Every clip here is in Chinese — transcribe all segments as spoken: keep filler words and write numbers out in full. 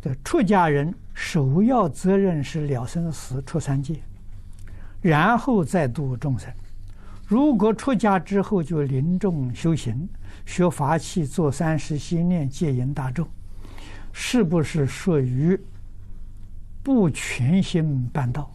的出家人首要责任是了生死、出三界，然后再度众生。如果出家之后就临终修行，学法器，做三世心念，戒引大众，是不是属于不全心办道？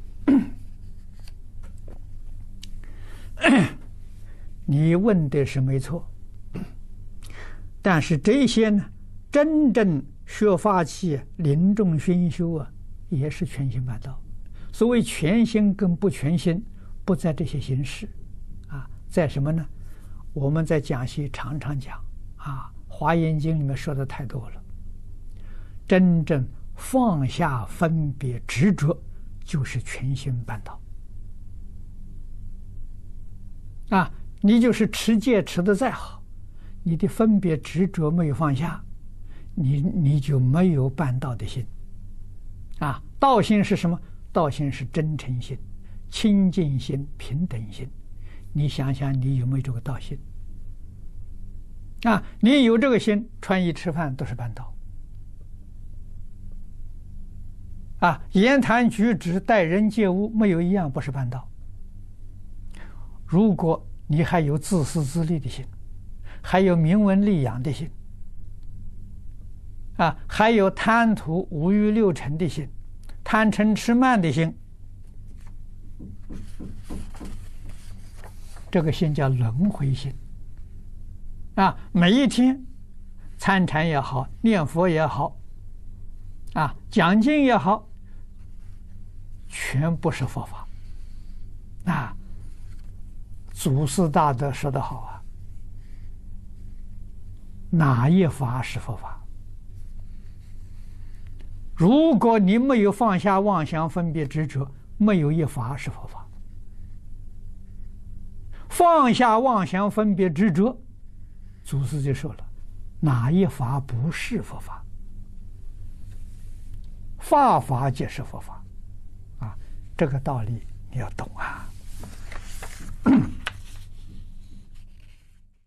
你问的是没错，但是这些呢，真正学法器、临终熏修啊，也是全心办道。所谓全心跟不全心，不在这些形式啊，在什么呢？我们在讲习常常讲啊，《华严经》里面说的太多了。真正放下分别执着，就是全心办道啊。你就是持戒持得再好，你的分别执着没有放下，你你就没有办道的心啊。道心是什么？道心是真诚心、清净心、平等心。你想想，你有没有这个道心啊？你有这个心，穿衣吃饭都是办道啊。言谈举止、待人接物，没有一样不是办道。如果你还有自私自利的心，还有名闻利养的心啊，还有贪图五欲六尘的心，贪嗔痴慢的心，这个心叫轮回心啊。每一天参禅也好，念佛也好啊，讲经也好，全部是佛法啊。祖师大德说得好啊，哪一法是佛法？如果你没有放下妄想分别执着，没有一法是佛法。放下妄想分别执着，祖师就说了，哪一法不是佛法？法法皆是佛法啊，这个道理你要懂啊。